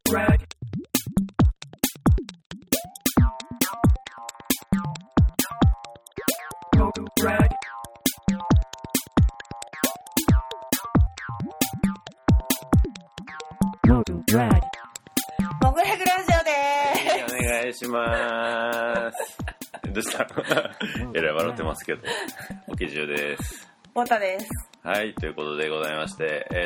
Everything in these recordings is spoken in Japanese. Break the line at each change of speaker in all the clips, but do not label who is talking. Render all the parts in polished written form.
モグラグラジオで
ーす。お願いします。どうしたえらい笑ってますけど。おきじゅうです。
太田です。
はい、ということでございまして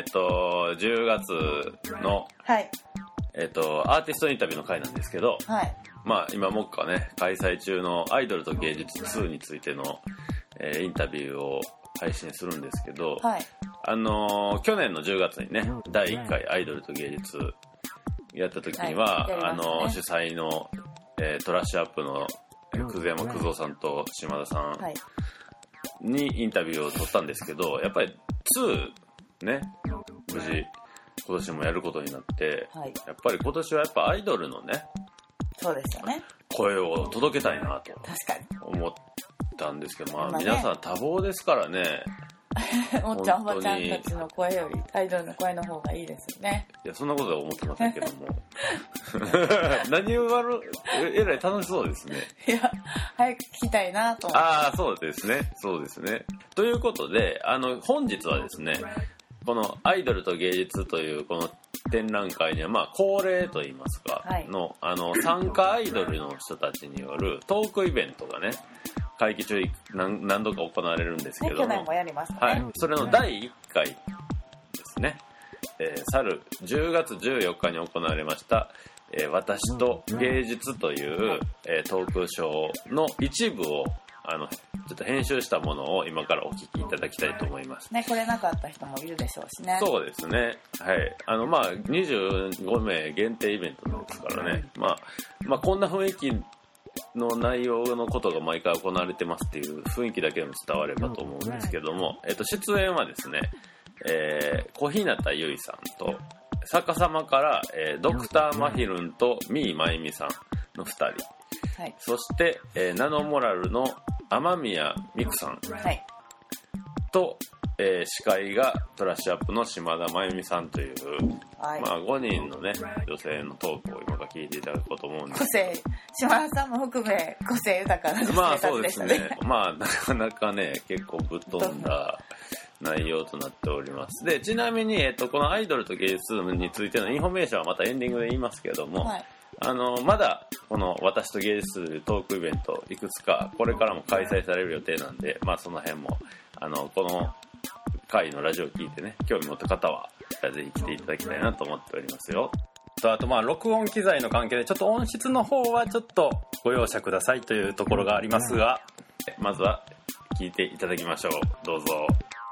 、10月の、
はい。
アーティストインタビューの回なんですけど、
はい。
まあ今目下ね、開催中のアイドルと芸術2についての、インタビューを配信するんですけど、
はい。
去年の10月にね、第1回アイドルと芸術やった時には、
はい、
主催の、トラッシュアップの久世山久蔵さんと島田さんにインタビューを取ったんですけど、やっぱり2ね、無事今年もやることになって、
はい、
やっぱり今年はやっぱアイドルのね、
そうですよね、
声を届けたいなと思ったんですけど、まあ皆さん多忙ですからね。
おっちゃんおばちゃんたちの声よりアイドルの声の方がいいですよね。
いや、そんなことは思ってませんけども何をえらい楽しそうですね。
いや、早く聞きたいなと思って。
ああ、そうですね、そうですね。ということで、本日はですね、このアイドルと芸術というこの展覧会には、まあ恒例といいますか、
はい、
の参加アイドルの人たちによるトークイベントがね、会期中何度か行われるんですけども、
去年もやりましたね。
はい、それの第1回ですね、去る10月14日に行われました、私と芸術という、トークショーの一部をちょっと編集したものを今からお聞きいただきたいと思います。
ね、これなかった人もいるでしょうしね。
そうですね。はい。まあ25名限定イベントですからね。まあこんな雰囲気の内容のことが毎回行われてますっていう雰囲気だけでも伝わればと思うんですけども、出演はですね、小日向結衣さんと逆さまから、ドクターマヒルンとミーマイミさんの2人、はい、そして、ナノモラルの雨宮美久さん、はい、と、司会がトラッシュアップの島田真由美さんという、はい、まあ5人のね女性のトークを今から聞いていただこうと思うんです。
島田さんも含め個性豊かな女性たちでしたね。まあそうですね。
まあなかなかね結構ぶっ飛んだ内容となっております。で、ちなみにこのアイドルと芸術についてのインフォメーションはまたエンディングで言いますけども、はい、まだこの私と芸術というトークイベントいくつかこれからも開催される予定なんで、まあその辺もこの回のラジオを聞いてね興味持った方はぜひ来ていただきたいなと思っておりますよ。あとまあ録音機材の関係でちょっと音質の方はちょっとご容赦くださいというところがありますが、まずは聞いていただきましょう。どうぞ。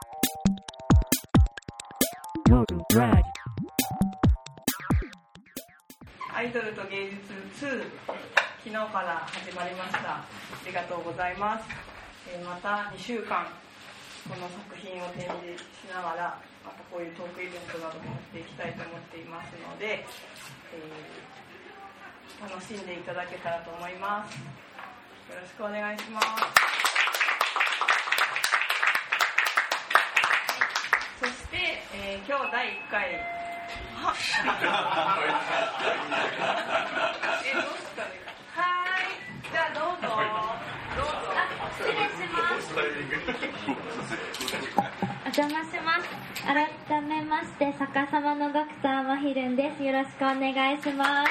アイドルと芸術2、昨日から始まりました。ありがとうございます。また2週間この作品を展示しながらまたこういうトークイベントなどもやっていきたいと思っていますので、楽しんでいただけたらと思います。よろしくお願いします。そして、今日第1回どうしたらいいはい、じゃあどうぞ。
失礼します。お邪魔します。改めまして逆さまのドクターマヒルンです。よろしくお願いします。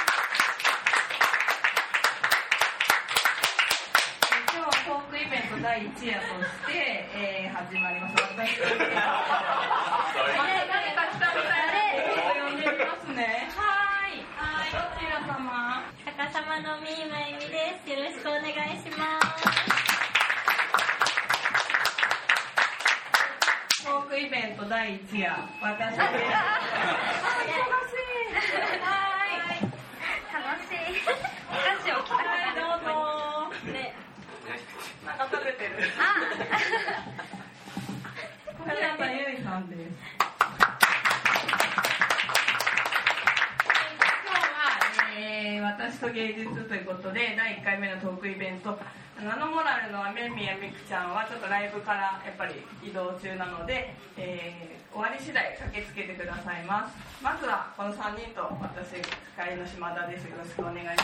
今日はトークイベント第1夜として、始まります。私誰か来たみたいで呼んでみますね。はい、どちら様？
逆さまのミーマイミです。よろしくお願いします。
トークイベント第1夜、私です。忙しい。はい。
楽しい。お菓子を着たくなる。
どうぞ。ね。なんか食べてる。小日向結衣さんです。私と芸術ということで第1回目のトークイベント、ナノモラルの雨宮美久ちゃんはちょっとライブからやっぱり移動中なので、終わり次第駆けつけてくださいます。まずはこの3人と私司会会の島田です。よろしくお願いします。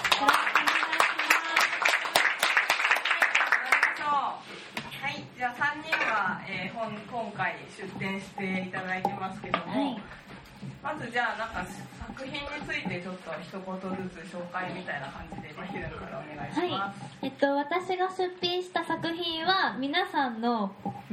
はい、じゃあ3人は、今回出展していただいてますけども、はい、まずじゃあなんか作品についてちょっと一言ずつ紹介みたいな感じでまひるんからお願いします。
はい、私が出品した作品は皆さんの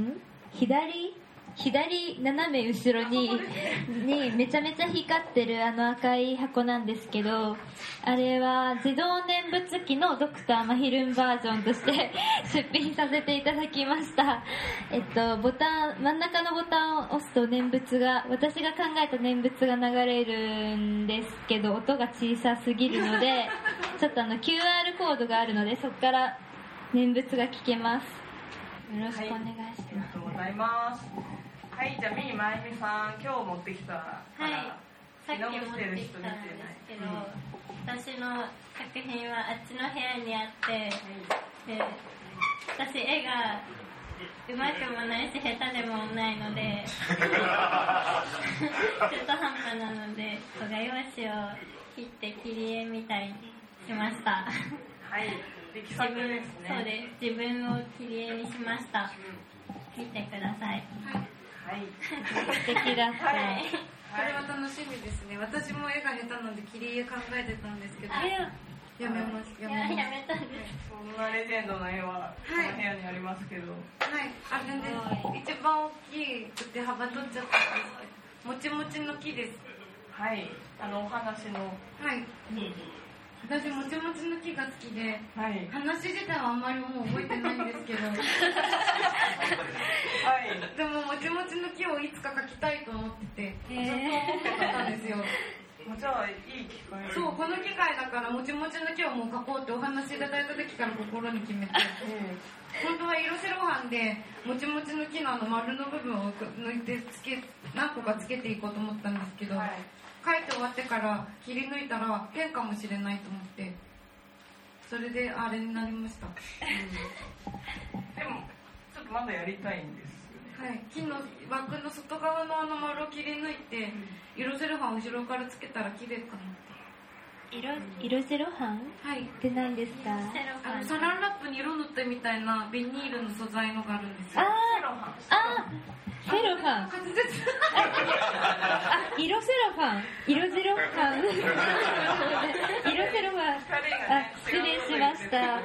左斜め後ろにめちゃめちゃ光ってる赤い箱なんですけど、あれは自動念仏機のドクターまひるんバージョンとして出品させていただきました。真ん中のボタンを押すと私が考えた念仏が流れるんですけど、音が小さすぎるのでちょっとQRコードがあるのでそこから念仏が聞けます。よろしくお願いします。
はい、ありがとうございます。はい、じゃあみーまゆみさん、今日持ってきたから、
はい、さっき持ってきたんですけど、私の作品はあっちの部屋にあって、で私絵がうまくもないし下手でもないので中途半端なので画用紙を切って切り絵みたいにしました。
はい、力作ですね。
そうです、自分を切り絵にしました。見てください。
はい、
素敵だった。はい、
これは楽しみですね。私も絵が下手なので切り絵考えてたんですけど、やめます。
やめたんです。
そんなレジェンドの絵はこの部屋にありますけど、
はい、あるんです。一番大きくて幅取っちゃったんですけど、もちもちの木です。
はい、お話の、
はい、私もちもちの木が好きで、
はい、
話自体はあんまりもう覚えてないんですけど、はい、でももちもちの木をいつか描きたいと思ってて、ずっと思ってたんですよ。
じゃあいい機会。
そう、この機会だからもちもちの木をもう描こうってお話いただいた時から心に決めて、本当は色白版でもちもちの木の丸の部分を抜いて何個かつけていこうと思ったんですけど、はい、書いて終わってから切り抜いたら変かもしれないと思って、それであれになりました。
でもちょっとまだやりたいんですよね。
はい、木の枠の外側の丸を切り抜いて、色セロハンを後ろからつけたら綺麗かなって。
色セロハン？
はい。
って何ですか？
サランラップに色塗ってみたいなビニールの素材のがあるんですよ。
セロハン。色セロハン。色セロハン。色セロハン。失礼しました。はい。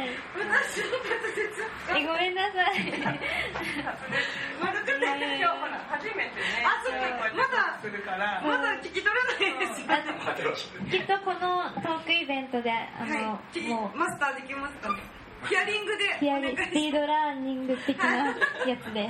ごめんなさい。
丸くて今日ほら初めてね。
まだ聞き取れないですよ。
きっとこのトークイベントで
もうマスターできますかね。ヒアリングで
スピードラーニング的なやつで、はい、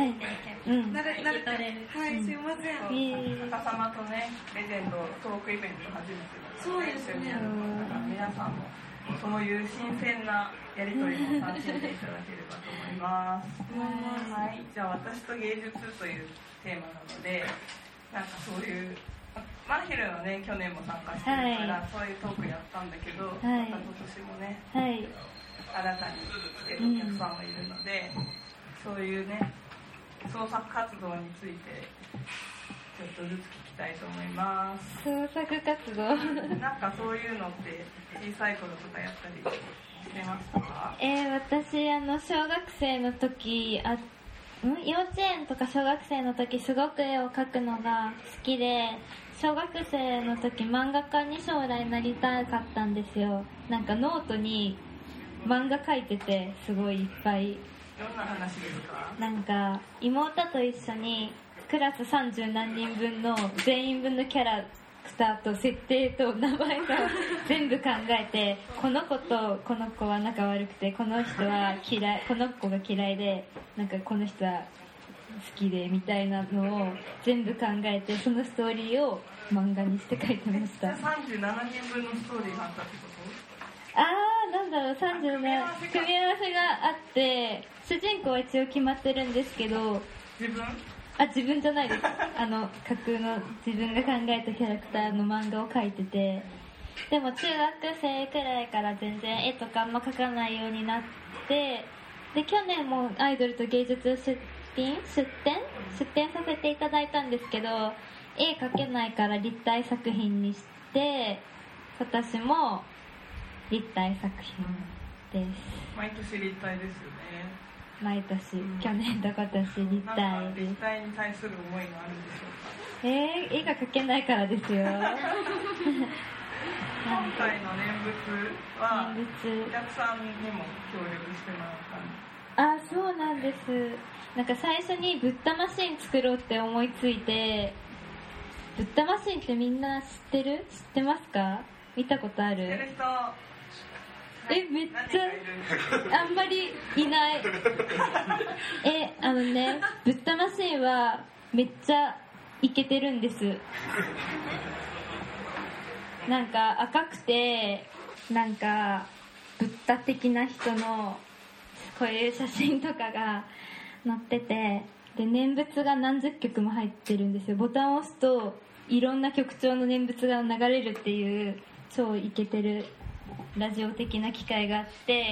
慣れはい、すいません。
高様とね、レジェンドトークイベント初めてだ。
そうですね。
皆さんもそういう新鮮なやりとりも楽しんでいただければと思います。はい、じゃあ私と芸術というテーマなので、なんかそういうマヒルはね、去年も参加してるから、そういうトークやったんだけど、また今年もね、新たに来てるお客さんもいるので、そういうね、創作活動についてちょっとずつ聞きたいと思います。
創作活動
なんかそういうのって小さい頃とかやったりしてましたか？
私小学生の時幼稚園とか小学生の時すごく絵を描くのが好きで、小学生の時漫画家に将来なりたかったんですよ。なんかノートに漫画描いてて、すごいいっぱい。
どんな話ですか？
なんか妹と一緒にクラス30何人分の全員分のキャラクターと設定と名前を全部考えて、この子とこの子は仲悪くて、この人は嫌い、この子が嫌いで、なんかこの人は好きでみたいなのを全部考えて、そのストーリーを漫画にして書いてました。
37人分のストーリーがあったってこと？
なんだろう、37組み合わせがあって、主人公は一応決まってるんですけど、自分じゃないです。架空の自分が考えたキャラクターの漫画を描いてて、でも中学生くらいから全然絵とかあんま描かないようになって、で去年もアイドルと芸術出展させていただいたんですけど、 絵描けないから立体作品にして、今年も立体作品です。
毎年立体ですよね。
毎年、去年と今年立体です。
立体に対する思いがあるんでしょうか。
絵が描けないからですよ。
今回の念仏はお客さんにも協力してもらったんです。
あ、そうなんです。なんか最初にブッダマシン作ろうって思いついて、ブッダマシンってみんな知ってますか？見たことある？
知ってる人、
めっちゃあんまりいない。ブッダマシンはめっちゃイケてるんです。なんか赤くて、なんかブッダ的な人のこういう写真とかが載ってて、で念仏が何十曲も入ってるんですよ。ボタンを押すといろんな曲調の念仏が流れるっていう超イケてるラジオ的な機会があって、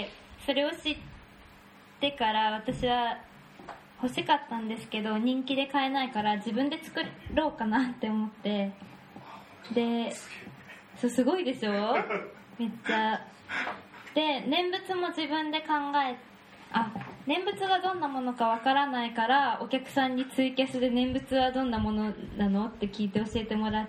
それを知ってから私は欲しかったんですけど、人気で買えないから自分で作ろうかなって思って、で、そう、すごいでしょ？めっちゃ。で、念仏も自分で念仏がどんなものかわからないから、お客さんにツイキャスで念仏はどんなものなのって聞いて教えてもらって、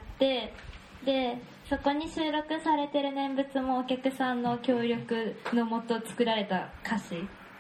で、そこに収録されてる念仏もお客さんの協力のもと作られた歌詞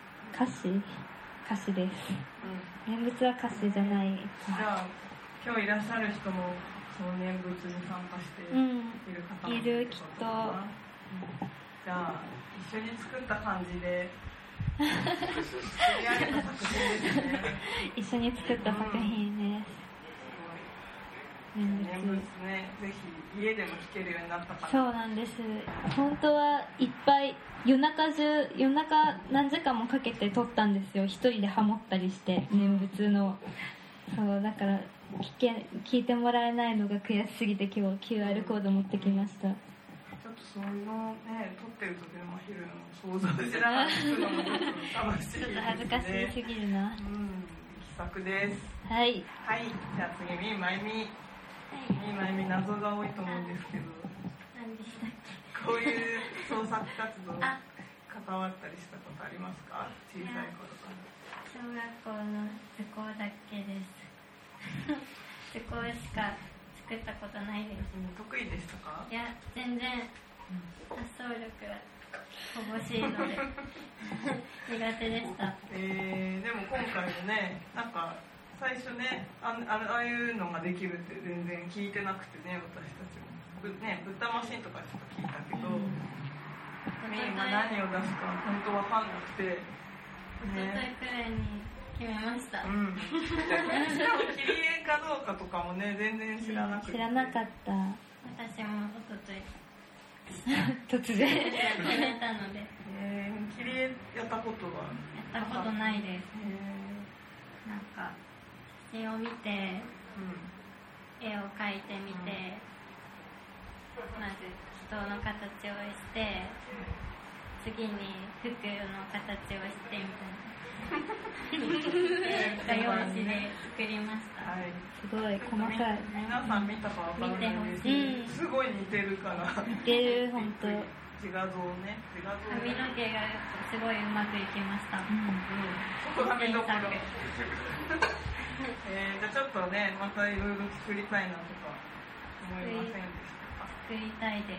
です。念仏は歌詞じゃない。
じゃあ今日いらっしゃる人もその念仏に参加している方も
いる、きっと。
じゃあ一緒に作った感じで作り上げた作品ですね。
一緒に作った作品です。
念仏ね、ぜひ家でも弾けるようになったから。
そうなんです。本当はいっぱい夜中何時間もかけて撮ったんですよ。一人でハモったりして念仏の。そうだから聞いてもらえないのが悔しすぎて今日 QR コード持ってきました。
ちょっとそのね、撮ってる時のまひるの想像しながら作るのも楽しいですね。
ちょっと恥ずかしすぎるな。
気さくです。
はい。
はい。じゃあ次みまゆみ。みまゆみ謎が多いと思うんですけど。
何でしたっけ？
こういう創作活動関わったりしたことありますか？小さい頃から。
小学校の図工だけです。図工しか作ったことないです。
得意でしたか？
いや、全然発想力が乏しいので苦手でした。
でも今回もね、なんか最初ね、ああいうのができるって全然聞いてなくてね、私たちもね、ブッダマシンとかちょっと聞いたけど、みんな何を出すか本当わかんなくて、
おとといくらいに決めました。
しかも切り絵かどうかとかもね、全然知らなくて。
知らなかった。
私もおととい
突然
決めたので。
切り絵やったことは？
やったことないです。なんか写真を見て、絵を描いてみて、まず人の形をして次に服の形をしてみたいな画用紙で作りました。
すごい細かい。
皆さん見たかわからないんですけど、すごい似てるから。
似てる、本当。
自画像ね。
髪の毛がすごいうまくいきました。
そこが見どころ。じゃあちょっとね、またいろいろ作りたいなとか思いませんでしたか？
作りたいです。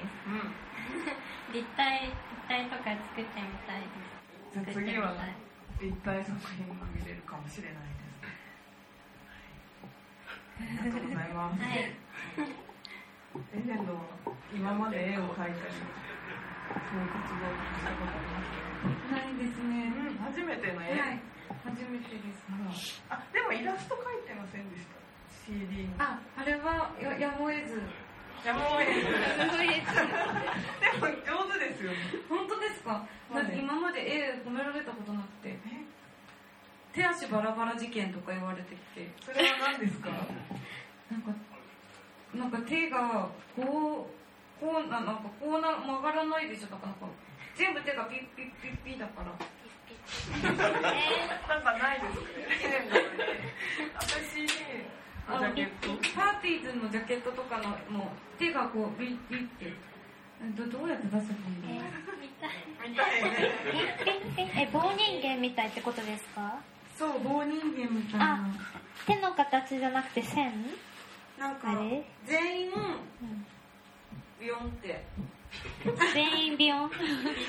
立体とか作ってみたいです。
じゃあ次は立体作品が見れるかもしれないです。ありがとうございます。レジェンドは今まで絵を描いたり、そういう活動したことありますか？
ないですね。
初めての絵？
はい、初めてです。
でもイラスト描いてませんでした？ CD に。
あれはやむを得ず。
でも上手ですよね。
本当ですか？今まで絵褒められたことなくて。手足バラバラ事件とか言われてきて。
それは何ですか？
なんか手がこう曲がらないでしょ。なんか全部手がピッピッピッピッだから。
なんかないですね。私
パーティーズのジャケットとかのもう手がこうビッビッてどうやって出せばいいの？
見たいね。
棒人間みたいってことですか？
そう、棒人間みたいな。
手の形じゃなくて線？
なんか全員ビヨンって
全員ビヨン難し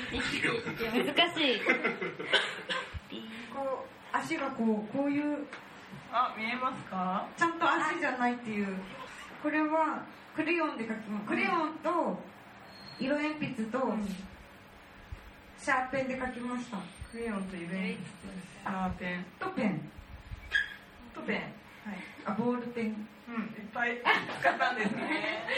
い。
こう足がこういう
見えますか？
ちゃんと足じゃないっていう。これはクレヨンで描きます。クレヨンと色鉛筆とシャーペンで描きました。
クレヨンと色鉛筆、シャーペン
とペン
とペン、はい、
ボールペン、
いっぱい使ったんですね。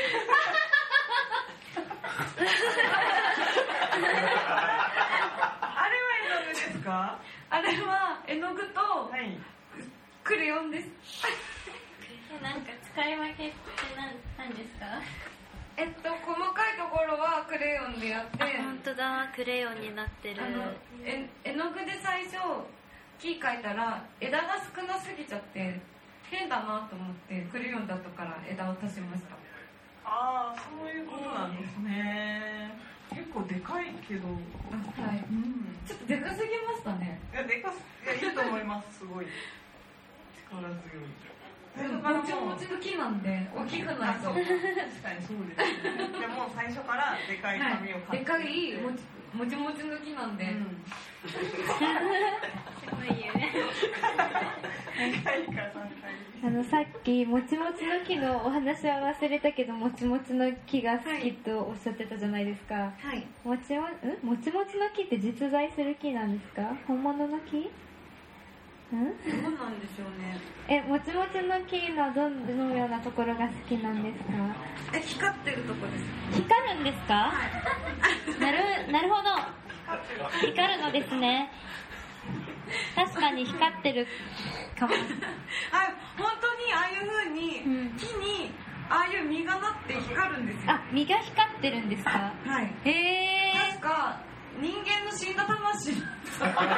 あれは絵の具ですか？
あれは絵の具とクレヨンです。
なんか使い分けって何ですか？
細かいところはクレヨンでやって、
本当だ、クレヨンになってる。
絵の具で最初木描いたら枝が少なすぎちゃって変だなと思ってクレヨンだったから枝を足しました。
ああ、そういうことなんですね。結構でかいけど、
はい、ちょっとでかすぎましたね。
いや、いいと思います。すごい力強い。
もちもちの木なんで大きくないと。
確かにそうですね。でも最初からでかい紙を買って、
でかいもちもちの木なんで、
すごいよね。
さっきもちもちの木のお話は忘れたけど、もちもちの木が好きとおっしゃってたじゃないですか。
はい。
もちもちの木って実在する木なんですか？本物の木？
どうなんでしょうね。
もちもちの木のどのようなところが好きなんですか？
光ってるとこです。
光るんですか？なるほど。光るのですね。確かに光ってるかも。
本当にああいう風に、木にああいう実がなって光るんですよ。
実が光ってるんですか？
はい。確か人間の死んだ魂。だから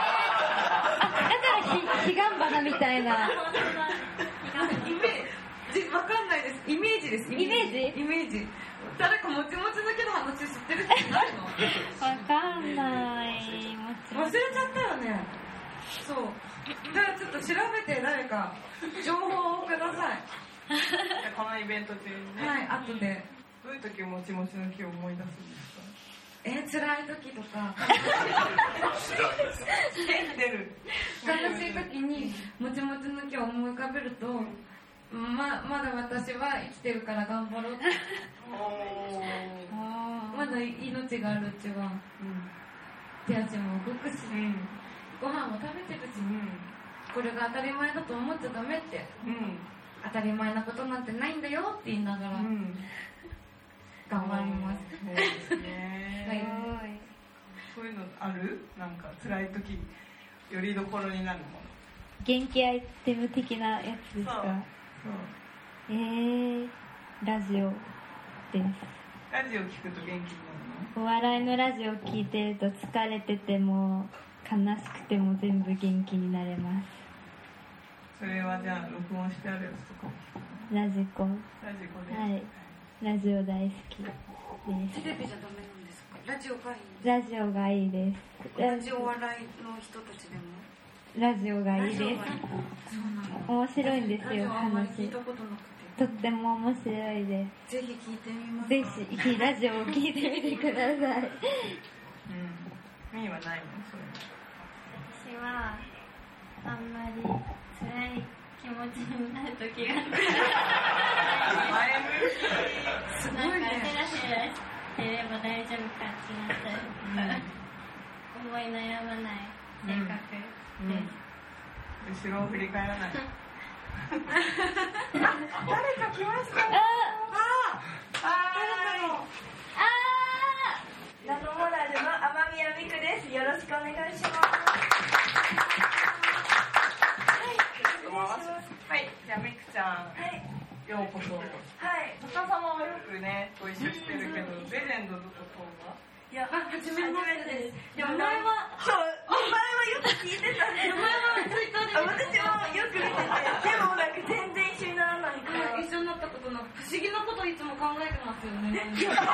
彼岸花みたいな。
わかんないです。イメージです。イメージ。誰かもちもちの木の話知ってる人いないの？
わかんない。
忘れちゃったよね。そう。だからちょっと調べて誰か情報をください。
このイベント中にね。
はい、後で。
どういう時もちもちの木を思い出すんですか？
辛い時とか悲しい時にもちもちの木を思い浮かべるとまだ私は生きてるから頑張ろうってまだ命があるうちは、手足も動くし、ご飯も食べてるし、これが当たり前だと思っちゃダメって、当たり前なことなんてないんだよって言いながら、頑張ります。
そうですね。そういうのある？なんか辛い時よりどころになるもの。
元気アイテム的なやつですか？そう。ラジオです。
ラジオ聞くと元気になるの？
お笑いのラジオ聞いてると疲れてても悲しくても全部元気になれます。
それはじゃあ録音してあるやつとか
ラジコで。
はい。
ラジオ大好きです。
テレビじゃダメなんですか？ラジオがいい？
ラジオがいいです。
ラジオ笑いの人たちでも？
ラジオがいいです。面白いんですよ、話。とっても面白いです。
ぜひ聞いてみます。
ぜひラジオを聞いてみてください。
ミーはないの？それ。
私はあんまり辛い気持ちになる時が
すごいね。
なんかヘラヘラしてれば大丈夫かってなったり、思い悩まない性格です。
後ろを振り返らない。誰か来ました。
ナノモラルの雨宮美久です。よろしくお願いします。
はい、じゃあみくちゃん、ようこそ。はい、お母様はよくねご一緒してるけど、レジェンドとは？
いや、初めましてです。
名前は
よく聞いてたんで、名前はツイッターで私もよく見てて、でもなんか全然一緒にな
思議なこといつも考えてますよね。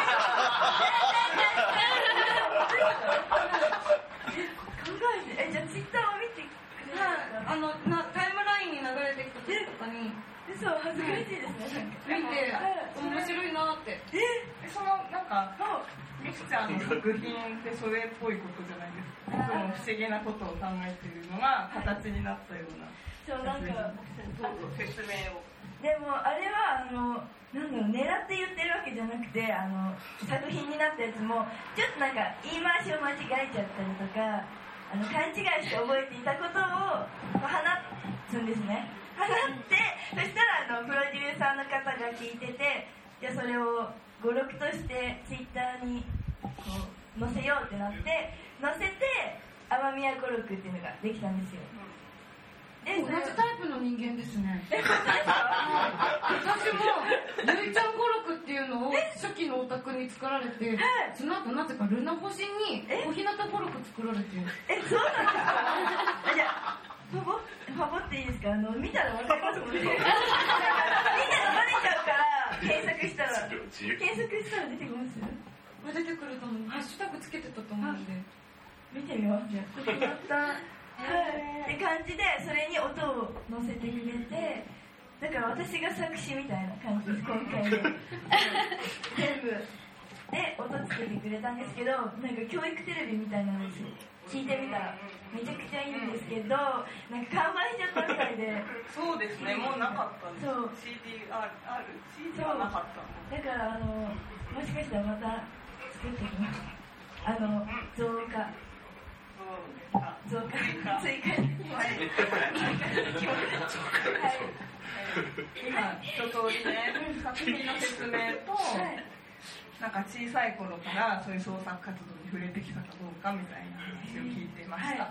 じゃあツイッターを見てくれた
タイムラインに流れてきた時とかに
嘘、恥ずかしいですね。
見て面白いなって。
そのなんかミクちゃんの作品ってそれっぽいことじゃないですか。その不思議なことを考えているのが形になったような。
そうなんか
説明を。
でもあれはなんだろう、狙って言ってるわけじゃなくて作品になったやつもちょっとなんか言い回しを間違えちゃったりとか勘違いして覚えていたことを放つんですね。放ってそしたらプロデューサーの方が聞いてて、じゃあそれを語録としてツイッターにこう載せようってなって載せて雨宮語録っていうのができたんですよ。
同じタイプの人間ですね。私もゆいちゃん語録っていうのを初期のオタクに作られて、その後なぜかルナ星に小日向語録作られてる。
そうなんですか。じゃあファボっていいですか。見たら分かりますもんね。みんながバレちゃうから検索したら出てきます。
出てくると思う。ハッシュタグつけてたと思うんで
見てみます。ちょっとやったって感じでそれに音を乗せてくれて、だから私が作詞みたいな感じです今回の全部で音つけてくれたんですけど、なんか教育テレビみたいなんですよ。聞いてみたらめちゃくちゃいいんですけど、なんか完売しちゃったみたいで。
そうですね、もうなかったんです。
そう
CD ある CD はなかった。
だからもしかしたらまた作ってきます。増加追加
今一通りね作品の説明と、なんか小さい頃からそういう創作活動に触れてきたかどうかみたいな話を聞いてました。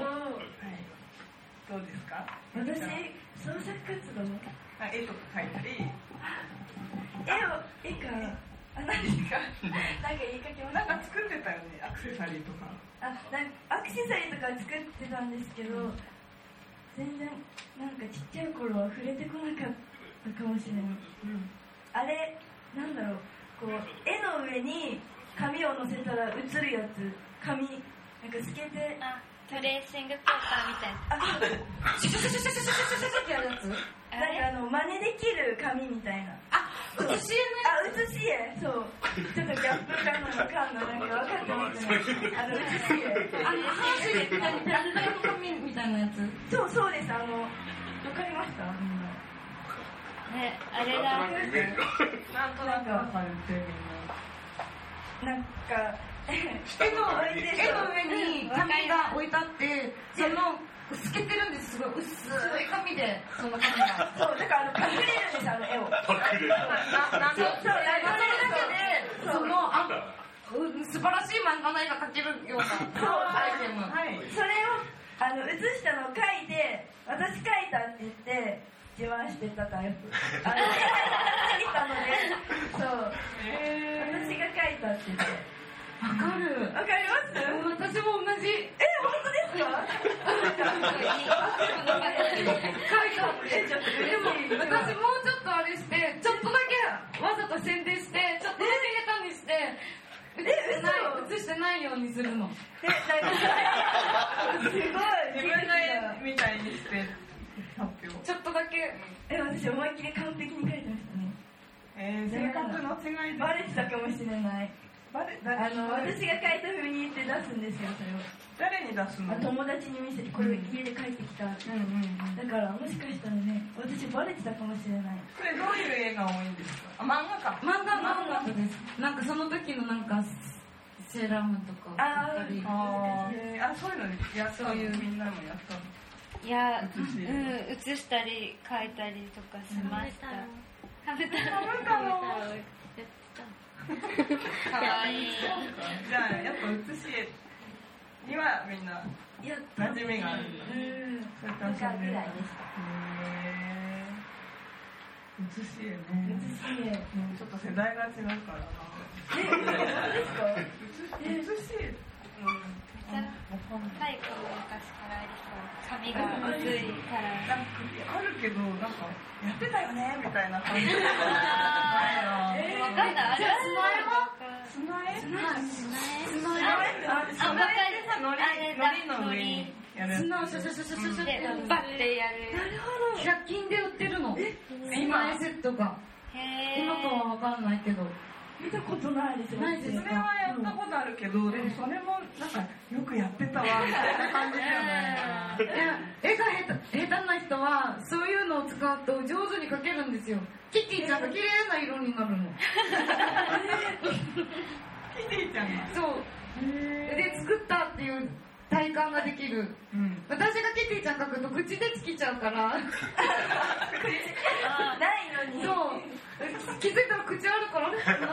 どうですか。
私創作活動
絵とか描いたり
絵か何ですか。なんか言いかけます。
なんか作ってたよね、アクセサリーとか。
アクセサリーとか作ってたんですけど、全然なんかちっちゃい頃は触れてこなかったかもしれない。あれなんだろう、こう絵の上に紙を乗せたら映るやつ、紙なんか透けて
トレーシングペーパーみたいな。
シュシュシュシュシュシュシュシュってやるやつ。
なんか真似できる紙みたいな。
写し絵の
写し絵。そう。ちょっとギャップかのかんのなんか分かってますね。写し絵。
半紙みたいなペラペラの紙みたいなやつ。
そうです。わかりました。みんな。
ね、あれだ。
なんとなくわかるっていうの。
なんか
絵の上に紙が置いてあって、その透けてるんです。すごい薄い紙で、その紙が。
そう、だから隠れるんです、絵を。
隠れる。そう、その素晴らしい漫画の絵が描けるようなアイテム。
それを写したのを描いて、私描いたって言って自慢してたタイプ。描いたので、そう、私が描いたって言って。
わかる。
わかります？
私も同じ。
本当ですか？
でも私もうちょっとあれして、ちょっとだけわざと宣伝して、ちょっとだけ下手にして、写してないようにするの。
すごい。
自分の絵みたいにして発表。
ちょっとだけ。
私思いっきり完璧に描いてましたね。
性格の違いで
バレてたかもしれない。私が書いた風に言って出すんですよ、それを。
誰に出すの？
友達に見せて、これ家で書いてきた。だからもしかしたらね、私バレてたかもしれない。
これどういう絵が多いんですか？漫画か。
漫画です。なんかその時のなんかセーラームとかあったり。
そういうのそういうみんなもやったの？
いや、写したり書いたりとかしました。ハム太郎。かわいい。
じゃあやっぱ写し絵にはみんな馴染みがあるんだ。そういった
ぐらいでした。
写し絵ね。
写し絵。
ちょっと世代が違うからな。
本当ですか？
写し絵。
ちゃ太古の昔からありそう髪が薄いから
なんかあるけどなんかやってたよねみたいな感じで
わかんないあれ
スナエ
の上に
砂をシャシャシャシャシャシャって
バッてやる
100均で売ってるの今セットが今とは分かんないけど
見たことないですよ。
ないですか
それはやったことあるけど、でもそれもなんかよくやってたわみたいな感じだよね。
いや絵が下手な人はそういうのを使うと上手に描けるんですよ。キティちゃんが綺麗な色になるの。
キティちゃんが
そうで作ったっていう体感ができる、私がキティちゃん描くと口で尽きちゃうから
ないのに。
そう気づいたら口あるからね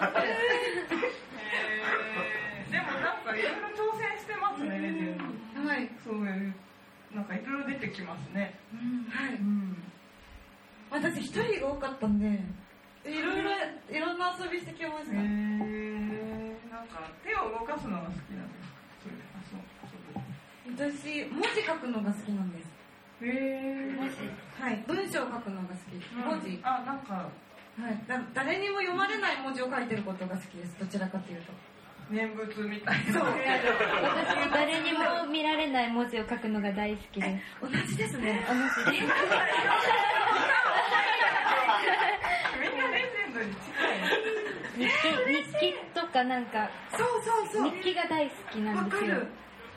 でもなんかいろいろ挑戦してますね、レジェンド。
はい
そういうなんかいろいろ出てきますね。
はい、私一人が多かったんでいろんな遊びしてきました。
なんか手を動かすのが好きなんですか？それで
私文字書くのが好きなんです。はい文章を書くのが好き。文字
なんか
はい誰にも読まれない文字を書いてることが好きです。どちらかというと
念仏みたいな。
私誰にも見られない文字を書くのが大好きです。
同じですね。
同じです。
みんなレジェンドに近い。
日記とかなんか
そう
日記が大好きなんですよ。
わかる。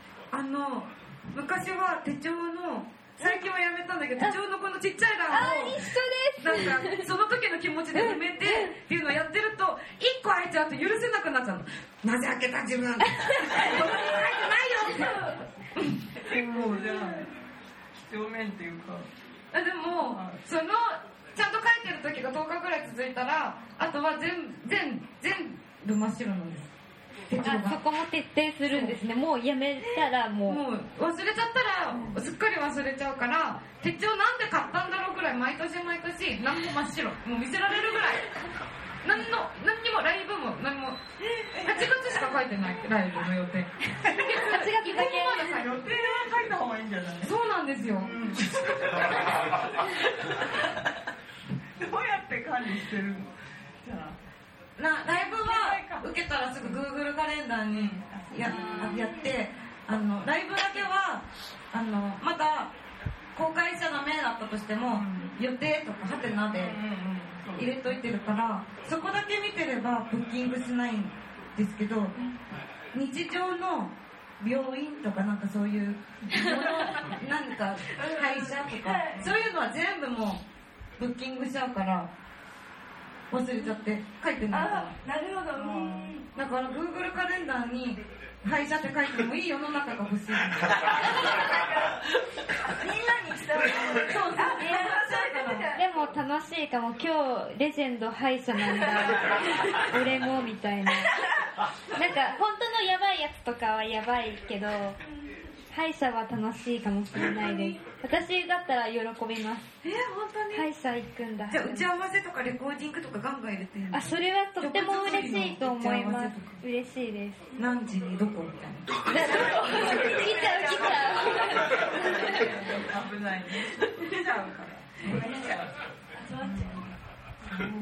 昔は手帳の最近はやめたんだけど手帳のこのちっちゃい欄を
一緒です。
なんかその時の気持ちで埋めてっていうのをやってると1個開いちゃうと許せなくなっちゃうの。なぜ開けた自分ここに書いてないよ
結構じゃあ几帳面っていうか。
でもそのちゃんと書いてる時が10日ぐらい続いたらあとは全部真っ白なんです。手帳が
そこも徹底するんですね。もうやめたらもう
忘れちゃったらすっかり忘れちゃうから手帳なんで買ったんだろうぐらい毎年何も真っ白もう見せられるぐらい何にもライブも何も8月しか書いてないライブの予定
8月だけ
予定は書いた方がいいんじゃない？
そうなんですよ、
どうやって管理してるの？じゃあ
ライブは受けたらすぐ Google カレンダーにやってライブだけはまだ公開しちゃダメだったとしても、予定とかハテナで入れといてるからそこだけ見てればブッキングしないんですけど、日常の病院とかなんかそういうなんか会社とかそういうのは全部もうブッキングしちゃうから忘れちゃって書いてないから。
なるほど。
だから Google カレンダーに会社って書いてもいい世の中が欲しい。
みんなに伝わる。そう
でも楽しいかも。今日レジェンド歯医者なんだ俺もみたいな。なんか本当のヤバいやつとかはヤバいけど歯医者は楽しいかもしれないです。私だったら喜びます。
本当に
歯医者行くんだ。
じゃあ打ち合わせとかレコーディングとかガンガン入れてるの？
それはとっても嬉しいと思います。嬉しいです。
何時にどこみたいな。
切っちゃう。
危ないね。出ちゃうから。そうなんだ。ちょっ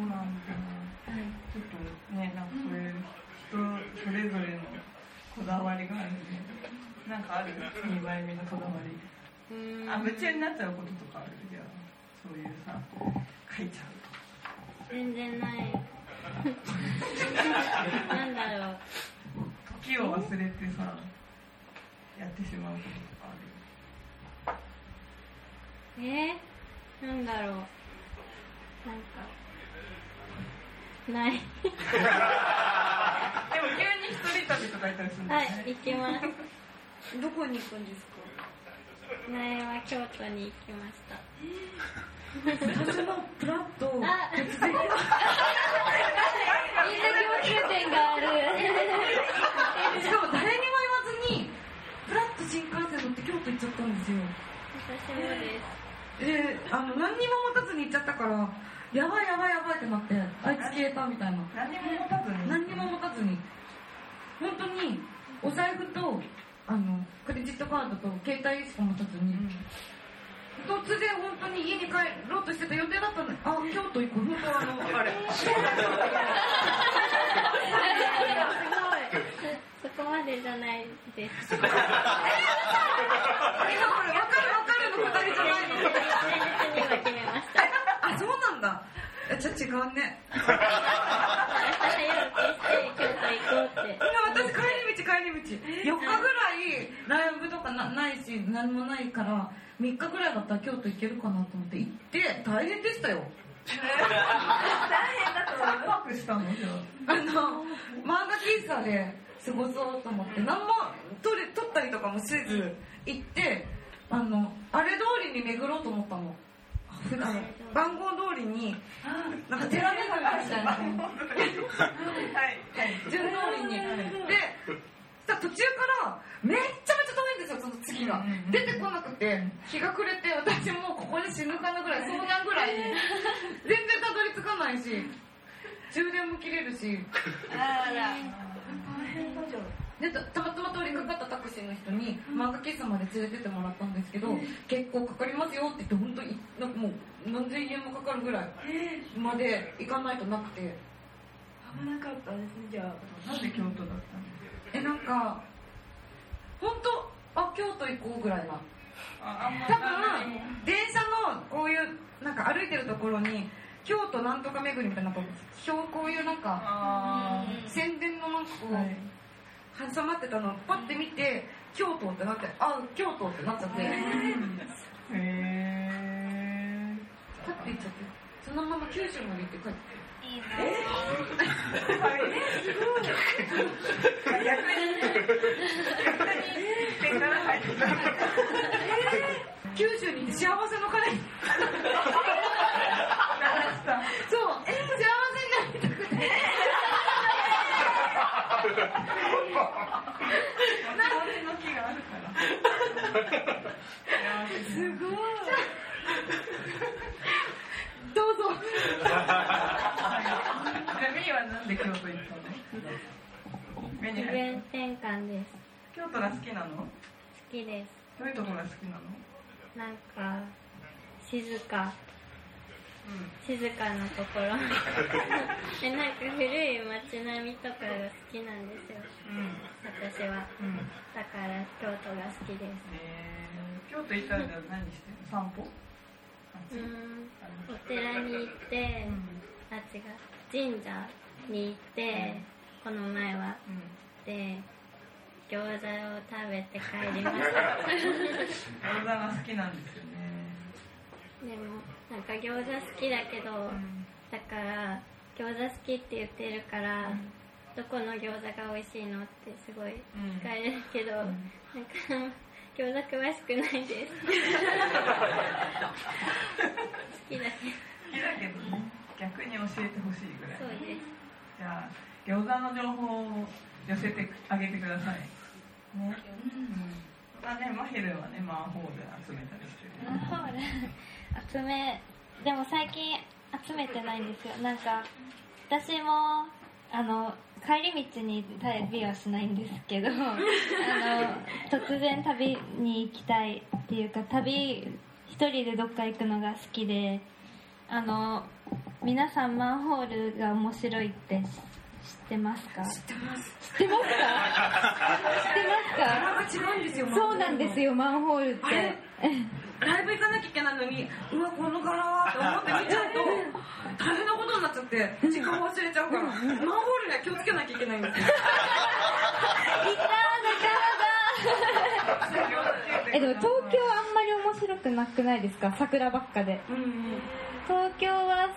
とね、なんかそういう人それぞれのこだわりがあるね。なんかある2枚目のこだわり。夢中になっちゃうこととかある？じゃあそういうさ書いちゃうとか。
全然ない。なんだろう。
時を忘れてさやってしまうこととかある？
なんだろう。なんかない。
でも急に一人旅とか行ったりするんだ
は
ね。
い、行きます。
どこに行くんですか？
前は京都に行きました。
私もプラッと
みんな共通点がある。
しかも誰にも言わずにプラッと新幹線乗って京都行っちゃったんですよ。
私もです。
何にも持たずに行っちゃったからやばいってなってあいつ消えたみたいな。
何にも持たずに。
何にも持たずに本当にお財布とカードと携帯しか持たずに、突然本当に家に帰ろうとしてた予定だったのに、あ、京都行く、本当あれ
そこまでじゃないです。
分かるの2人じゃないの。
前日には決めました。
あ、そうなんだ。じゃあ違うね。
明日早起きして京都行こうって。
私帰り道4日ぐらいライブとかないし何もないから3日ぐらいだったら京都行けるかなと思って行って大変でしたよ。
大変だと思う。
うまくしたのじゃ
漫画喫茶で過ごそうと思って何も撮ったりとかもせず行ってあれ通りに巡ろうと思ったの。番号通りになんか寺巡りみたいな順通りにで途中からめっちゃめちゃ遠いんですよ、その次が出てこなくて日が暮れて私もうここで死ぬかなぐらい遭難ぐらいに全然たどり着かないし充電も切れるし
あら大変だじゃん。
でたまたま通りかかったタクシーの人に漫画喫茶まで連れてってもらったんですけど、結構かかりますよって言って本当になんかもう何千円もかかるぐらいまで行かないとなくて
危なかったですね。じゃあ
なんで京都だったの？
なんか本当京都行こうぐらいな多分電車のこういうなんか歩いてるところに京都なんとか巡りみたいなこういうなんか宣伝のなんかこう、挟まってたのをパッて見て京都ってなって京都ってなっちゃってパッて行っちゃってそのまま九州まで行って帰って九州に幸せの鐘にそう幸せになりたくて
の木があるから
すごい。
どうぞ。
メイはなんで京都行ったの？
気分転換です。
京都が好きなの？
好きです。
どういうところが好きなの？
なんか静かなところなんか古い街並みとかが好きなんですよ、私は、だから京都が好きです。
京都行ったら何してるの？散歩？
お寺に行って、神社に行って、この前は、で餃子を食べて帰りました
餃子が好きなんですよね。
でもなんか餃子好きだけど、だから餃子好きって言ってるから、どこの餃子が美味しいのってすごい聞かれるけど、なんか餃子詳しくないです好きだけど
ね、逆に教えてほしいぐらい。
そうです。
じゃあ餃子の情報を寄せてあげてくださいね。マヒルはね、マンホール集めたりしてる。
マンホールでも最近集めてないんですよ。なんか私も帰り道に旅はしないんですけど突然旅に行きたいっていうか一人でどっか行くのが好きで皆さんマンホールが面白いって知ってますか？知ってますか？
違うんですよ。
そうなんですよ、マンホールって
ライブ行かなきゃいけないのにこの柄はと思って見ちゃうと大変なことになっちゃって時間忘れちゃうからマンホールには気をつけなきゃいけないんですよ
でも東京あんまり面白くなくないですか？桜ばっかで、東京は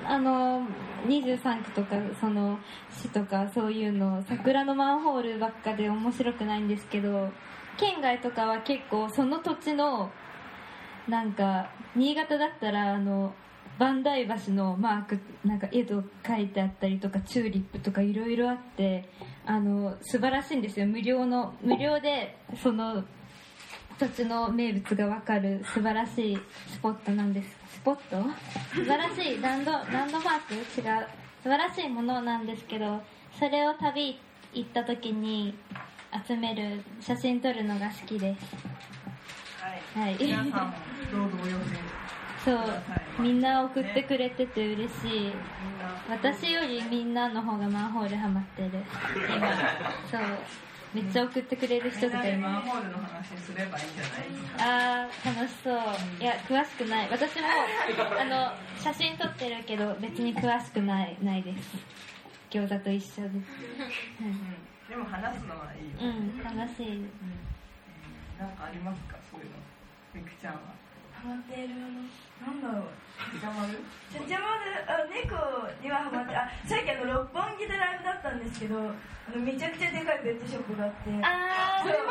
23区とかその市とかそういうの桜のマンホールばっかで面白くないんですけど、県外とかは結構その土地のなんか新潟だったら磐梯橋のマークなんか絵と書いてあったりとかチューリップとかいろいろあって素晴らしいんですよ。無料でその土地の名物が分かる素晴らしいスポットなんです。素晴らしいランドマーク違う素晴らしいものなんですけど、それを旅行った時に集める写真撮るのが好きです。はい、
皆さんもどうぞお寄せ
そうみんな送ってくれてて嬉しい。私よりみんなの方がマンホールハマってる今。そうめっちゃ送ってくれる人とかい
マン
ます。
ホールの話すればいいんじゃないですか。
あー楽しそう。いや詳しくない。私も写真撮ってるけど別に詳しくないです。餃子と一緒です。
でも話すのはいいよ。
楽しい。
なんかありますかそういうの。みくちゃんは。
ハマっているものなんだろう。ちゃちゃまる猫にはハマって、さっき六本木でライブだったんですけど、めちゃくちゃでかいペットショップがあって、
それも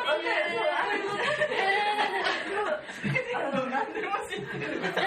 何でも知ってる。
今日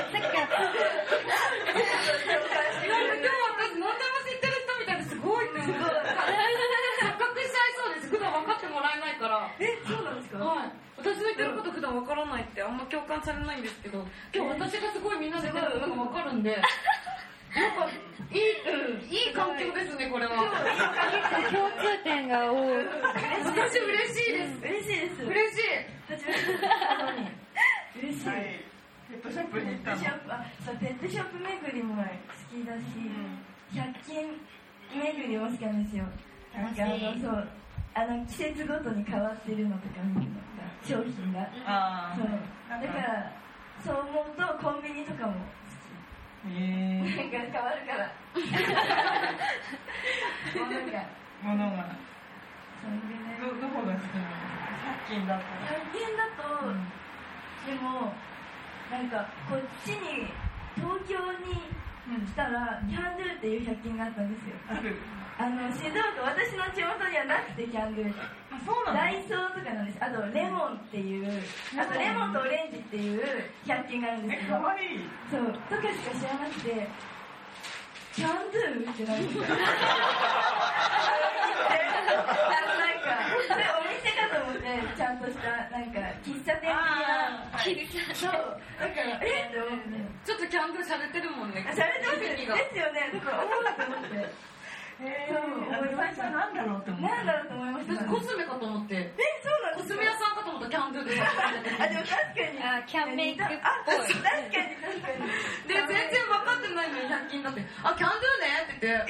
私何でも知ってる人みたいですごいって思う。錯覚しちゃいそうです。普段分かってもらえないから。
そうなんですか？
はい。私の言ってること普段分からないってあんま共感されないんですけど、今日私がすごいみんなで言ってることが分かるんで、なんかいい環境ですねこれは。
共通点が多い。
私嬉しいです。
嬉しいです。
嬉しい。
初めて会ったのに嬉しい。
ペットショップに行ったの。
ペットショップ巡りも好きだし、100均巡りも好きなんですよ。なんかそう季節ごとに変わってるのとか見るのが商品が。そうだからそう思うとコンビニとかも好き。なんか変わるから。
物が。どこが好きなの？100均だと。
100均だと、でもなんかこっちに東京に来たらキャンドゥっていう100均があったんですよ。静岡、私の地元にはなくてキャンドゥ。ダイソーとかなんです。あとレモンっていう、あとレモンとオレンジっていう100均があるんですけど、
かわいい。
そうとかしか知らなくて、キャンドゥってなんですか？なんかそれお店かと思ってちゃんとしたなんか喫茶店的な。そうだからって思って。
ちょっとキャンドゥされてるもんね。
されてますですよね。だから思うと思って。
最初は何だろうって思
いました。
コスメかと思って。
そうなんです。
コスメ屋さんかと思ったキャンドゥで。
でも確かに。
キャンメイクっぽい。
確かに。
で、全然分かってないのに100均だって、キャンドゥねって言って。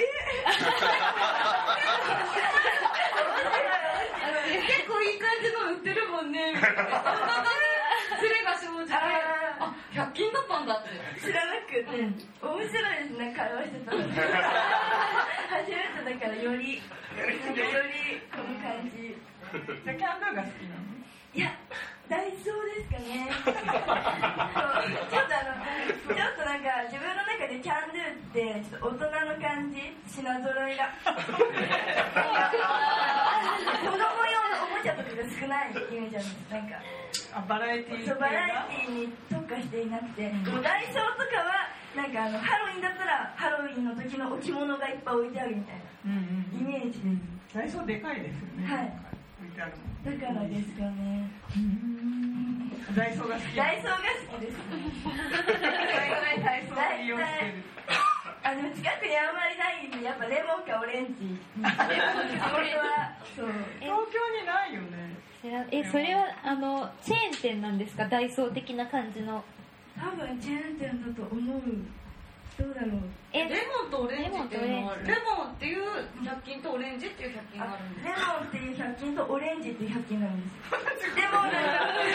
結構いい感じの売ってるもんね。みたいな。ズレが生じて、100均だったんだって。
知らなくて、面白いですね、会話してたの。初めてだからよりこの感じ。
じゃあキャンドゥが好きなの？
いや、ダイソーですかね。ちょっとなんか自分の中でキャンドゥってちょっと大人の感じ、品揃えが。子供用のおもちゃとかが少ないイメージなんです。なんか
バラエティー
に特化していなくて、でもダイソーとかはなんかハロウィンだったらハロウィンの時の置物がいっぱい置いてあるみたいなイメージです。
ダイソーでかいですよね。
はい。
置いてあるもん。
だからですかね。
ダイソーが好き。
ダイソーが好きです。
ダイソーを利用してる。
でも近くにあんまりないんで、やっぱレモンかオレンジ。これはそう
東京にないよね。
それはチェーン店なんですか？ダイソー的な感じの。
多分チェーン店だと思う。どうだろう。
レモンとオレンジっていうのはレモンっていう100均とオレンジっていう100均があるんです。
レモンっていう100均とオレンジっていう100均なんです。でもなんか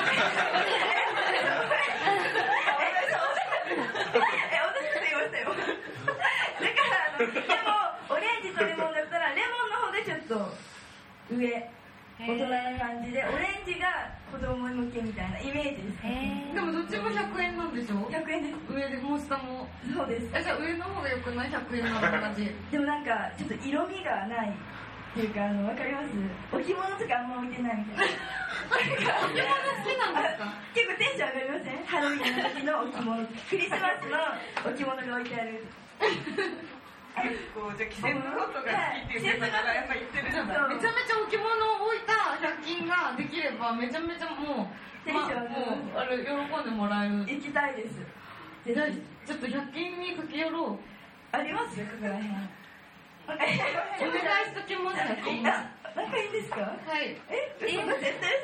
でもオレンジとレモンだったらレモンの方でちょっと上大人な感じで、オレンジが子供向けみたいなイメージです。
でもどっちも100円なんでしょ
？100円です。
上でも下も。
そうです。
じゃあ上の方が良くない？100円の感じ。
でもなんかちょっと色味がないっていうかわかります？置物とかあんま置いてないみたいな。
置物好きなんですか？
結構テンション上がりません？ハロウィンの時の置物、クリスマスの置物が置いてある。
結構じゃあ季節ごとが好きっていう方がやっぱ言ってるじゃない。
めちゃめちゃ置物を置いた100均ができればめちゃめちゃもう
テンション
もう喜んでもらえる。
行きたいです。
じゃあちょっと100均に駆け寄ろう。
ありますよ、ここら辺。
お願いしときます。
仲いいんですか？
はい、 。
絶対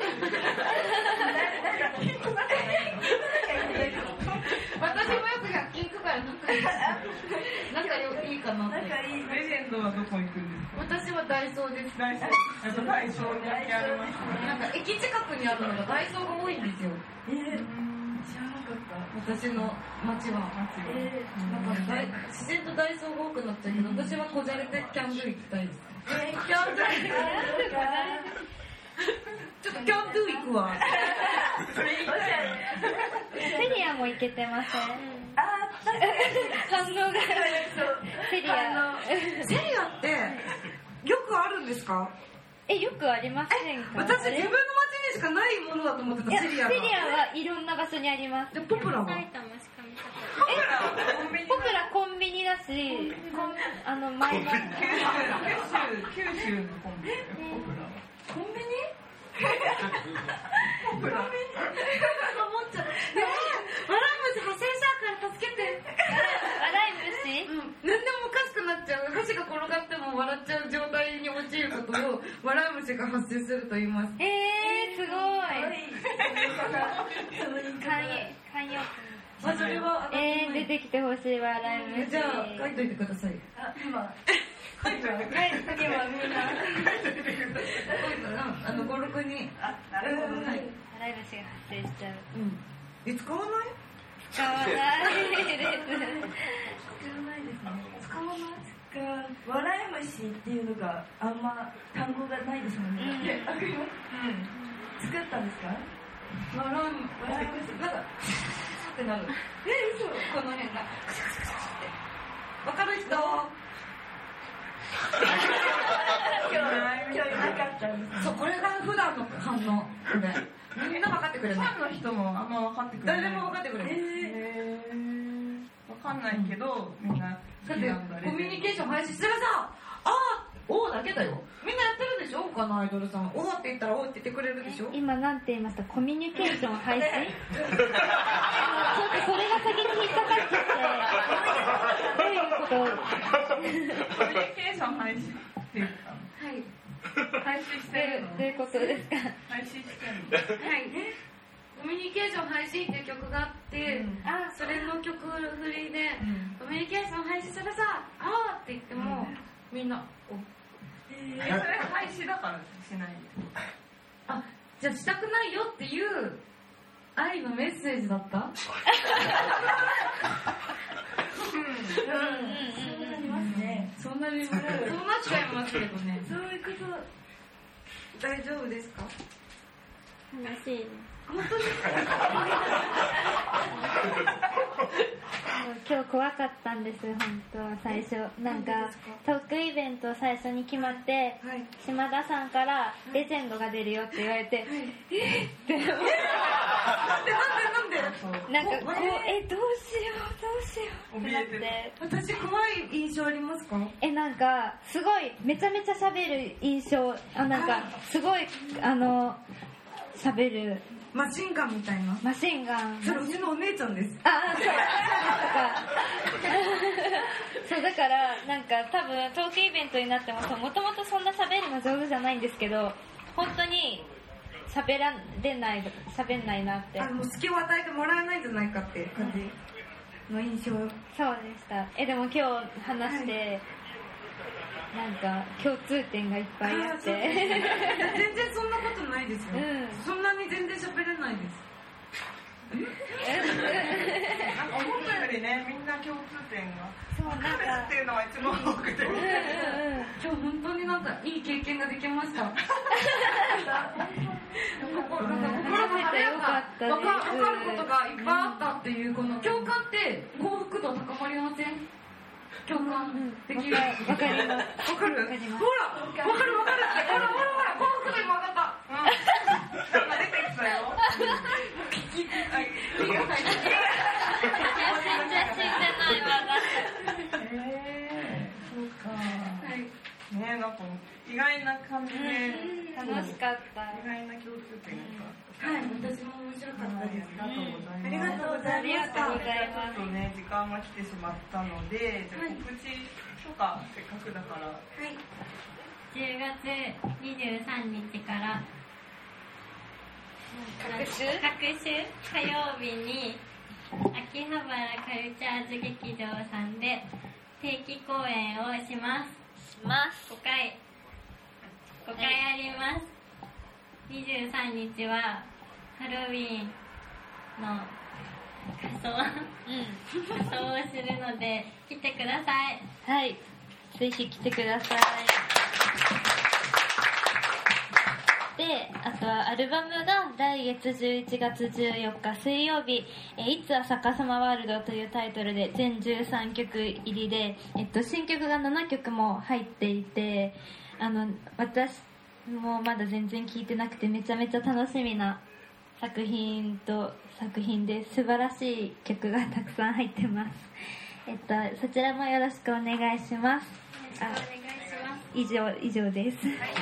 私もよく100均行くから仲いいかなって。
仲いい。
レジェンドはどこ行くんですか？
私はダイソーです。
ダイソー。ダイソーにありますね。
なんか駅近くにあるのがダイソーが多いんですよ。
知らなかった。
私の町は。なんか自然とダイソーが多くなっちゃうけど、私はこじゃれてキャンドゥ行きたいです。
キャンドゥ
ちょっとキャンドゥ行くわ。
セリアも行けてません？反応がセリア
セリアってよくあるんですか？
よくありませんか？
私自分の町にしかないものだと思ってた。セリア
はいろんな場所にあります。
でポプラは？
埼玉しか見たこと
ポプラコンビニだし、前が
九州のコンビニ。ポプラは。
コンビニ？
ポプラ。
思っちゃう。笑い虫発生したから助けて。
笑い虫？
何でもおかしくなっちゃう。箸が転がっても笑っちゃう状態に陥ることを笑い虫が発生すると言います。
すごい。慣用句。
それは
出てきてほしい笑い虫。
じゃあ書いといてください。
今
書いてある。
今みんな
5、6に。
なるほど。
笑い虫が発生しちゃう。
使わない？
使わないです。
使わない笑い虫っていうのがあんま単語がないですもんね。作ったんですか？
笑い虫なんかってなる。
嘘。
この辺がわかる人？
今日いなかったんです。
そう、これが普段の反応。みんな分かってくれない。
ファンの人もあんま分かってくれない。
誰も分かってくれない。
分かんないけど、みんな
だってコミュニケーション配信したらさ、おーだけだよ。みんなやってるでしょ？他のアイドルさん。おーって言ったらおーって言ってくれるでしょ？
今なんて言いました？コミュニケーション配信？ちょっとそれが先に引っかかっちゃって、どういうこと？
コミュニケーション配信っていうか、
はい。
配信してるの？
どういうことですか？
配信してるの？
はい。コミュニケーション配信っていう曲があって、それの曲振りで、コミュニケーション配信したらさ、って言っても、みんな、
それ配信だからしない。
じゃあしたくないよっていう愛のメッセージだった？
そうなりますね。
そうなっちゃいますけどね。
そういうこと。
大丈夫ですか？
楽しいです。
本当に
今日怖かったんです、本当は最初。なんかトークイベント最初に決まって、島田さんからレジェンドが出るよって言われて、ってなんでなんかこうどうしようってなって。
私怖い印象ありますか？
なんかすごいめちゃめちゃ喋る印象、なんかすごい喋る
マシンガンみたいな。
マシンガン。
それうちのお姉ちゃんです。
そうだからなんか多分トークイベントになってももともとそんな喋るの上手じゃないんですけど、本当に喋んないなって。
もう隙を与えてもらえないんじゃないかっていう感じの印象。
そうでした。でも今日話して、なんか共通点がいっぱいあって。
全然そんなことないですよ。そんなに全然喋れないです。
なんか思ったよりね、みんな共通点が分かるっていうのは一番多くて、
今日本当になんかいい経験ができました。心が晴れやか、分かることがいっぱいあったっていう、この共感って幸福度高まりません？共感できる。
わかります。
ほら、わかる。ほら、幸福度今分かった。
出てきたよ。そうか。ね、なんか意外な感じで
楽しかった。
意外な共通点が。
はい、私も面白かったです。
ありがとうございます。
ありがとうございました。
ちょっとね、時間が来てしまったので、じゃあ告知とかせっかくだから。
10月28 23日から
各週
火曜日に秋葉原カルチャーズ劇場さんで定期公演をします。5回あります。23日はハロウィンの仮装をするので来てください。
はい、ぜひ来てください。で、あとはアルバムが来月11月14日水曜日、いつは逆さまワールドというタイトルで全13曲入りで、新曲が7曲も入っていて、私もまだ全然聴いてなくてめちゃめちゃ楽しみな作品で素晴らしい曲がたくさん入ってます。そちらもよろしくお願いします。
お願いします。
以上です。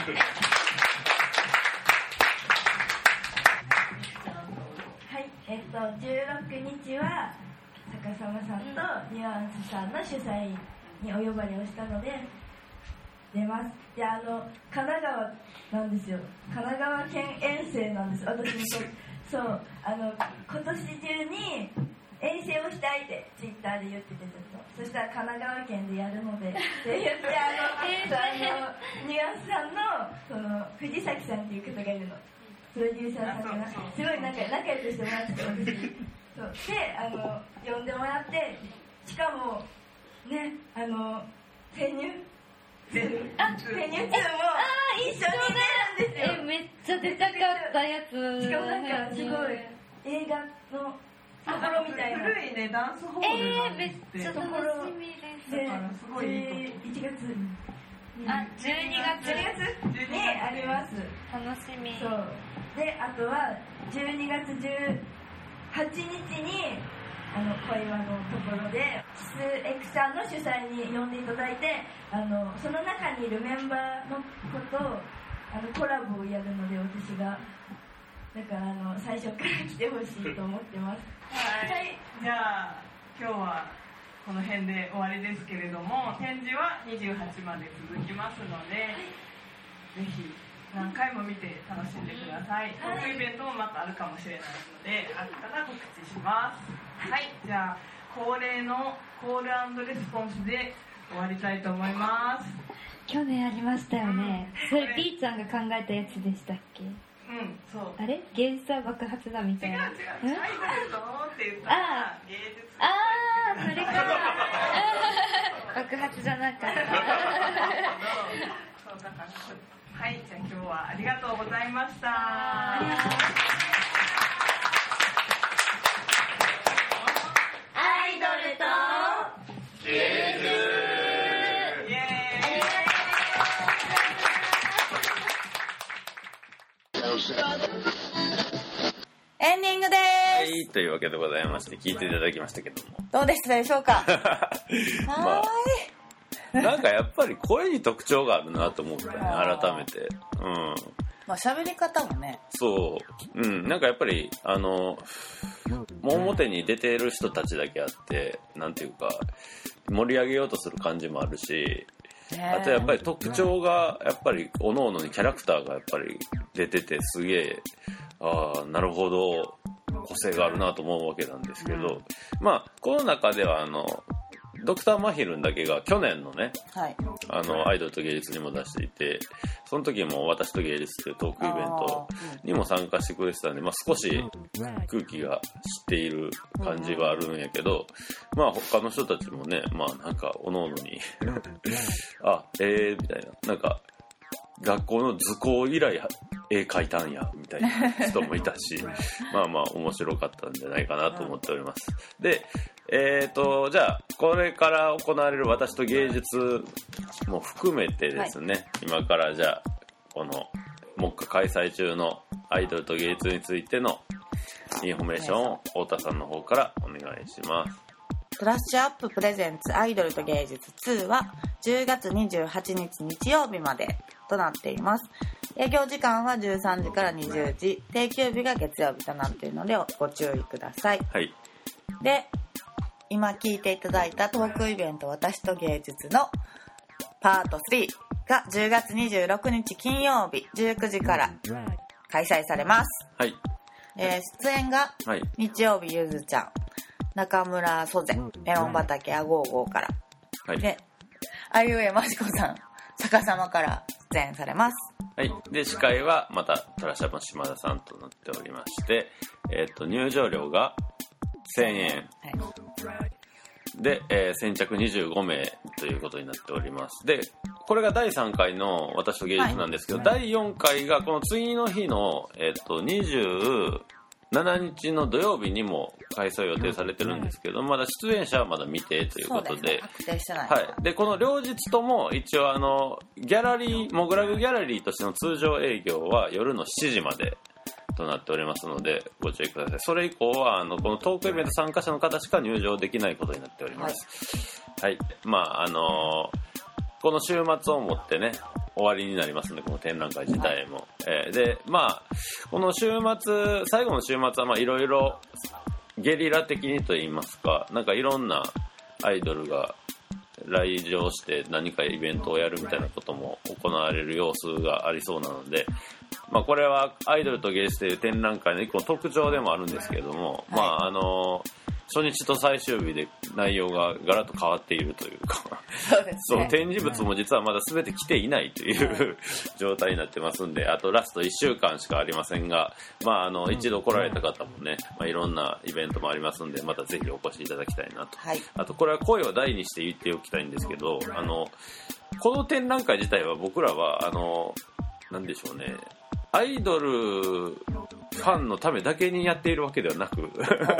16日は逆さまさんとニュアンスさんの主催にお呼ばれをしたので出ます。で、神奈川なんですよ。神奈川県遠征なんです、私にとって。そう、今年中に遠征をしたいってツイッターで言ってて、ずっとそしたら神奈川県でやるのでって言ってニュアンスさんのその藤崎さんっていう方がいるの、プロデューサーさんがすごい仲良くしてもらって私そうで呼んでもらって、しかもね潜入2も一緒に出るんですよ。
めっちゃ出たかったやつ。
しかもなんかすごい映画のところみたいな
古いねダンスホールなん
めっ
ですって
ちゃ楽しみです。
で
だからすごいいいとこ
11月
12月
にあります。
楽しみ。
そうで、あとは12月18日に小岩のところでシスエクさんの主催に呼んでいただいて、その中にいるメンバーの子とコラボをやるので、私がだから最初から来てほしいと思ってます。
はい、じゃあ今日はこの辺で終わりですけれども、展示は28まで続きますので、ぜひ何回も見て楽しんでください。トークイベントもまたあるかもしれないので、あったら告知します。はい、じゃあ恒例のコール&レスポンスで終わりたいと思います。
去年ありましたよね。それ B ちゃんが考えたやつでしたっけ？
そう。
あれ？芸術は爆発だみたいな。
違う。アイドルとって言ったら芸術。
それか。爆発じゃなかった。
そうだから。はい、じゃあ今日はありがとうございました。
アイドルと芸術。
イエ
エンディングで
はい、
す。
というわけでございまして、聞いていただきましたけども。
どうでしたでしょうか？
まあ、なんかやっぱり声に特徴があるなと思ったね、改めて。
まあ喋り方もね。
そう。なんかやっぱり、表に出ている人たちだけあって、なんていうか、盛り上げようとする感じもあるし、あとやっぱり特徴が、やっぱり、各々にキャラクターがやっぱり出てて、すげえ、なるほど、個性があるなと思うわけなんですけど、まあ、この中では、ドクターマヒルンだけが去年のね、
はい、
アイドルと芸術にも出していて、その時も私と芸術というトークイベントにも参加してくれてたんで、まあ少し空気が知っている感じはあるんやけど、まあ他の人たちもね、まあなんか各々にみたいな、なんか学校の図工以来絵描いたんやみたいな人もいたしまあまあ面白かったんじゃないかなと思っております。でじゃあこれから行われる私と芸術も含めてですね、今からじゃあこの目下開催中のアイドルと芸術についてのインフォメーションを太田さんの方からお願いします。
ブラッシュアッププレゼンツアイドルと芸術2は10月28日日曜日までとなっています。営業時間は13時から20時、定休日が月曜日となっているのでご注意ください。
はい。
で、今聞いていただいたトークイベント私と芸術のパート3 が10月26日金曜日19時から開催されます。
はい。
出演が
はい。
日曜日ゆずちゃん、中村ソゼ、メロン畑あごうごうから、
はい。
で、あいうえましこさん、逆さまから出演されます。
はい。で、司会はまたトラシャの島田さんとなっておりまして、入場料が1000円。
はい。
で、先着25名ということになっております。で、これが第3回の私と芸術なんですけど、第4回がこの次の日の、27日の土曜日にも開催予定されてるんですけど、まだ出演者はまだ未定ということで、
そうですね、確定してない。
はい。で、この両日とも一応ギャラリー、モグラグギャラリーとしての通常営業は夜の7時までとなっておりますのでご注意ください。それ以降はこのトークイベント参加者の方しか入場できないことになっております。はい。まあこの週末をもってね終わりになりますので、この展覧会自体も、でまあこの週末、最後の週末はまあいろいろゲリラ的にと言いますか、なんかいろんなアイドルが来場して何かイベントをやるみたいなことも行われる様子がありそうなので、まあ、これはアイドルと芸術という展覧会の一個の特徴でもあるんですけれども、
はい、
まあ初日と最終日で内容がガラッと変わっているというか
そうですね、
そう展示物も実はまだ全て来ていないという状態になってますんで、あとラスト1週間しかありませんが、まあ、一度来られた方もね、まあ、いろんなイベントもありますんで、またぜひお越しいただきたいなと、
はい、
あとこれは声を大にして言っておきたいんですけど、この展覧会自体は僕らはなんでしょうね、アイドルファンのためだけにやっているわけではなく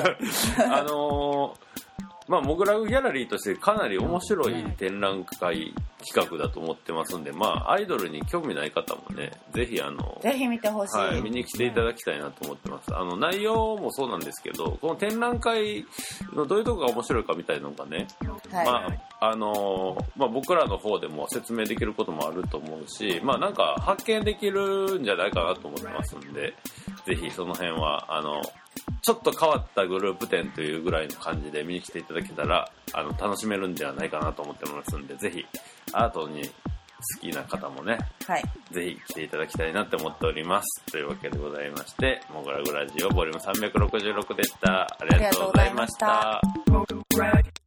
まあ、モグラグギャラリーとしてかなり面白い展覧会企画だと思ってますんで、まあ、アイドルに興味ない方もね、ぜひ
ぜひ見てほしい、
はい、見に来ていただきたいなと思ってます。内容もそうなんですけど、この展覧会のどういうところが面白いかみたいなのがね、
はい、
まあ、僕らの方でも説明できることもあると思うし、まあ、なんか発見できるんじゃないかなと思ってますんで、ぜひその辺はちょっと変わったグループ展というぐらいの感じで見に来ていただけたら楽しめるんではないかなと思ってますんで、ぜひアートに好きな方もね、
はい、
ぜひ来ていただきたいなって思っております。というわけでございまして、モグラグラジオボリューム366でした。ありがとうございました。